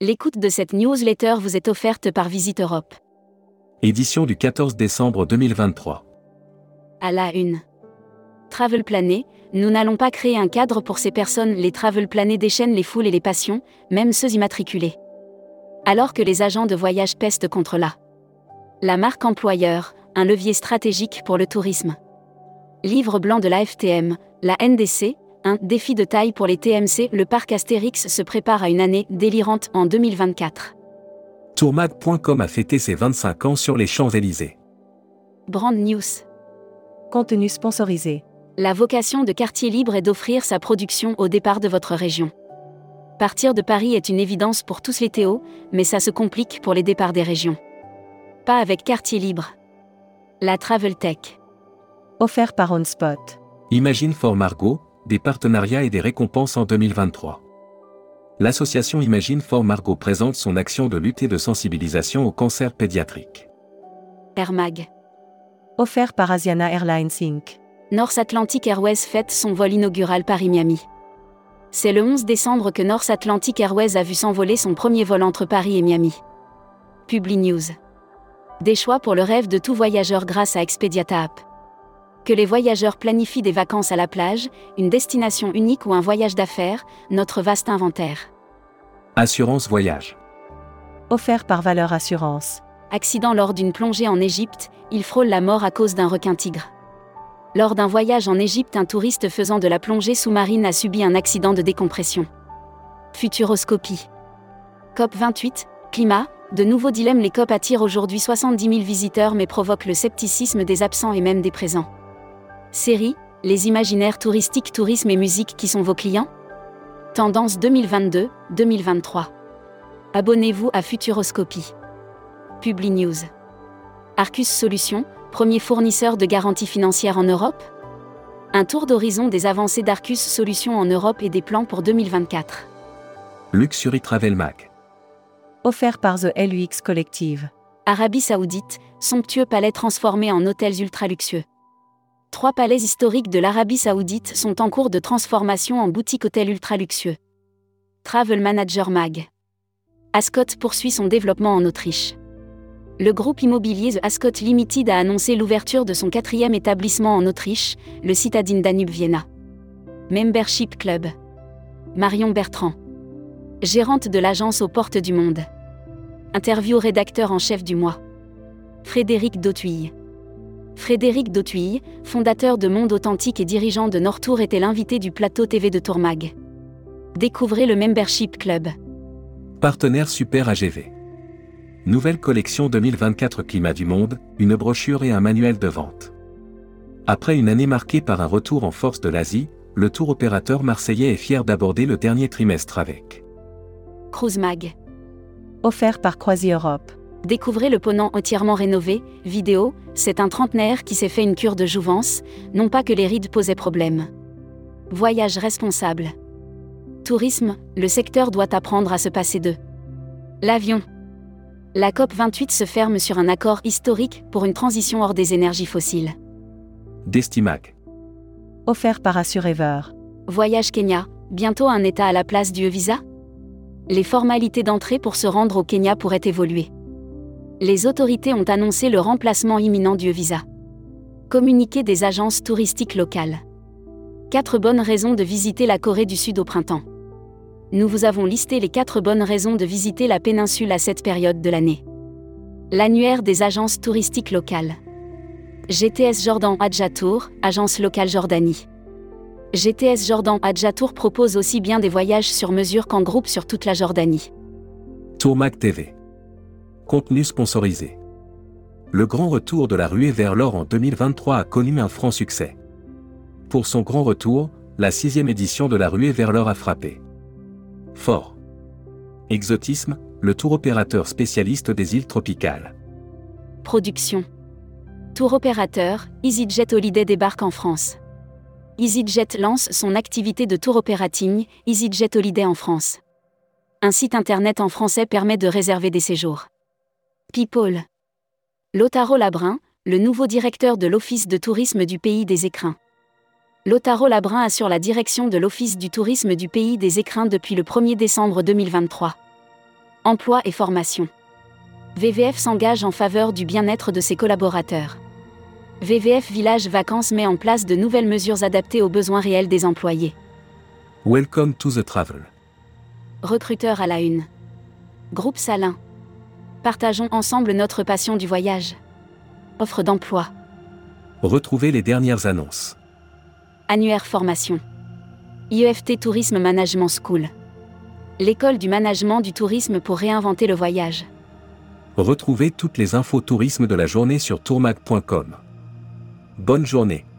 L'écoute de cette newsletter vous est offerte par Visite Europe. Édition du 14 décembre 2023. À la une. Travel Planet, nous n'allons pas créer un cadre pour ces personnes. Les Travel Planet déchaînent les foules et les passions, même ceux immatriculés. Alors que les agents de voyage pestent contre la marque employeur, un levier stratégique pour le tourisme. Livre blanc de la FTM, la NDC, un défi de taille pour les TMC. Le parc Astérix se prépare à une année délirante en 2024. Tourmag.com a fêté ses 25 ans sur les Champs-Élysées. Brand News. Contenu sponsorisé. La vocation de Quartier Libre est d'offrir sa production au départ de votre région. Partir de Paris est une évidence pour tous les Théo, mais ça se complique pour les départs des régions. Pas avec Quartier Libre. La Travel Tech. Offert par OnSpot. Imagine for Margot, des partenariats et des récompenses en 2023. L'association Imagine for Margot présente son action de lutte et de sensibilisation au cancer pédiatrique. Air Mag. Offert par Asiana Airlines Inc. North Atlantic Airways fête son vol inaugural Paris-Miami. C'est le 11 décembre que North Atlantic Airways a vu s'envoler son premier vol entre Paris et Miami. Publi News. Des choix pour le rêve de tout voyageur grâce à Expediata App. Que les voyageurs planifient des vacances à la plage, une destination unique ou un voyage d'affaires, notre vaste inventaire. Assurance voyage. Offert par Valeur Assurance. Accident lors d'une plongée en Égypte, il frôle la mort à cause d'un requin-tigre. Lors d'un voyage en Égypte, un touriste faisant de la plongée sous-marine a subi un accident de décompression. Futuroscopie. COP28, climat, de nouveaux dilemmes. Les COP attirent aujourd'hui 70 000 visiteurs mais provoquent le scepticisme des absents et même des présents. Série, les imaginaires touristiques, tourisme et musique qui sont vos clients ? Tendance 2022-2023. Abonnez-vous à Futuroscopie. Publi News. Arcus Solutions, premier fournisseur de garantie financière en Europe ? Un tour d'horizon des avancées d'Arcus Solutions en Europe et des plans pour 2024. Luxury Travel Mag. Offert par The LUX Collective. Arabie Saoudite, somptueux palais transformés en hôtels ultra-luxueux. 3 palais historiques de l'Arabie Saoudite sont en cours de transformation en boutiques hôtels ultra-luxueux. Travel Manager Mag. Ascot poursuit son développement en Autriche. Le groupe immobilier The Ascot Limited a annoncé l'ouverture de son 4e établissement en Autriche, le Citadine Danube Vienna. Membership Club. Marion Bertrand. Gérante de l'agence aux portes du monde. Interview rédacteur en chef du mois. Frédéric Dautuille. Frédéric Dautuille, fondateur de Monde Authentique et dirigeant de Nortour, était l'invité du plateau TV de Tourmag. Découvrez le Membership Club. Partenaire Super AGV. Nouvelle collection 2024 Climat du Monde, une brochure et un manuel de vente. Après une année marquée par un retour en force de l'Asie, le tour opérateur marseillais est fier d'aborder le dernier trimestre avec Cruise Mag. Offert par CroisiEurope. Découvrez le Ponant entièrement rénové, vidéo, c'est un trentenaire qui s'est fait une cure de jouvence, non pas que les rides posaient problème. Voyage responsable. Tourisme, le secteur doit apprendre à se passer de l'avion. La COP28 se ferme sur un accord historique pour une transition hors des énergies fossiles. Destimag. Offert par Assurever. Voyage Kenya, bientôt un État à la place du e-visa ? Les formalités d'entrée pour se rendre au Kenya pourraient évoluer. Les autorités ont annoncé le remplacement imminent du e-visa. Communiqué des agences touristiques locales. 4 bonnes raisons de visiter la Corée du Sud au printemps. Nous vous avons listé les 4 bonnes raisons de visiter la péninsule à cette période de l'année. L'annuaire des agences touristiques locales. GTS Jordan Adjatour, agence locale Jordanie. GTS Jordan Adjatour propose aussi bien des voyages sur mesure qu'en groupe sur toute la Jordanie. Tourmag TV. Contenu sponsorisé. Le grand retour de la ruée vers l'or en 2023 a connu un franc succès. Pour son grand retour, la 6e édition de la ruée vers l'or a frappé fort. Exotisme, le tour opérateur spécialiste des îles tropicales. Production. Tour opérateur, EasyJet Holiday débarque en France. EasyJet lance son activité de tour operating, EasyJet Holiday en France. Un site internet en français permet de réserver des séjours. People. Lautaro Labrin, le nouveau directeur de l'Office de tourisme du Pays des Écrins. Lautaro Labrin assure la direction de l'Office du tourisme du Pays des Écrins depuis le 1er décembre 2023. Emploi et formation. VVF s'engage en faveur du bien-être de ses collaborateurs. VVF Village Vacances met en place de nouvelles mesures adaptées aux besoins réels des employés. Welcome to the travel. Recruteur à la une. Groupe Salin. Partageons ensemble notre passion du voyage. Offre d'emploi. Retrouvez les dernières annonces. Annuaire formation. IEFT Tourisme Management School. L'école du management du tourisme pour réinventer le voyage. Retrouvez toutes les infos tourisme de la journée sur tourmag.com. Bonne journée.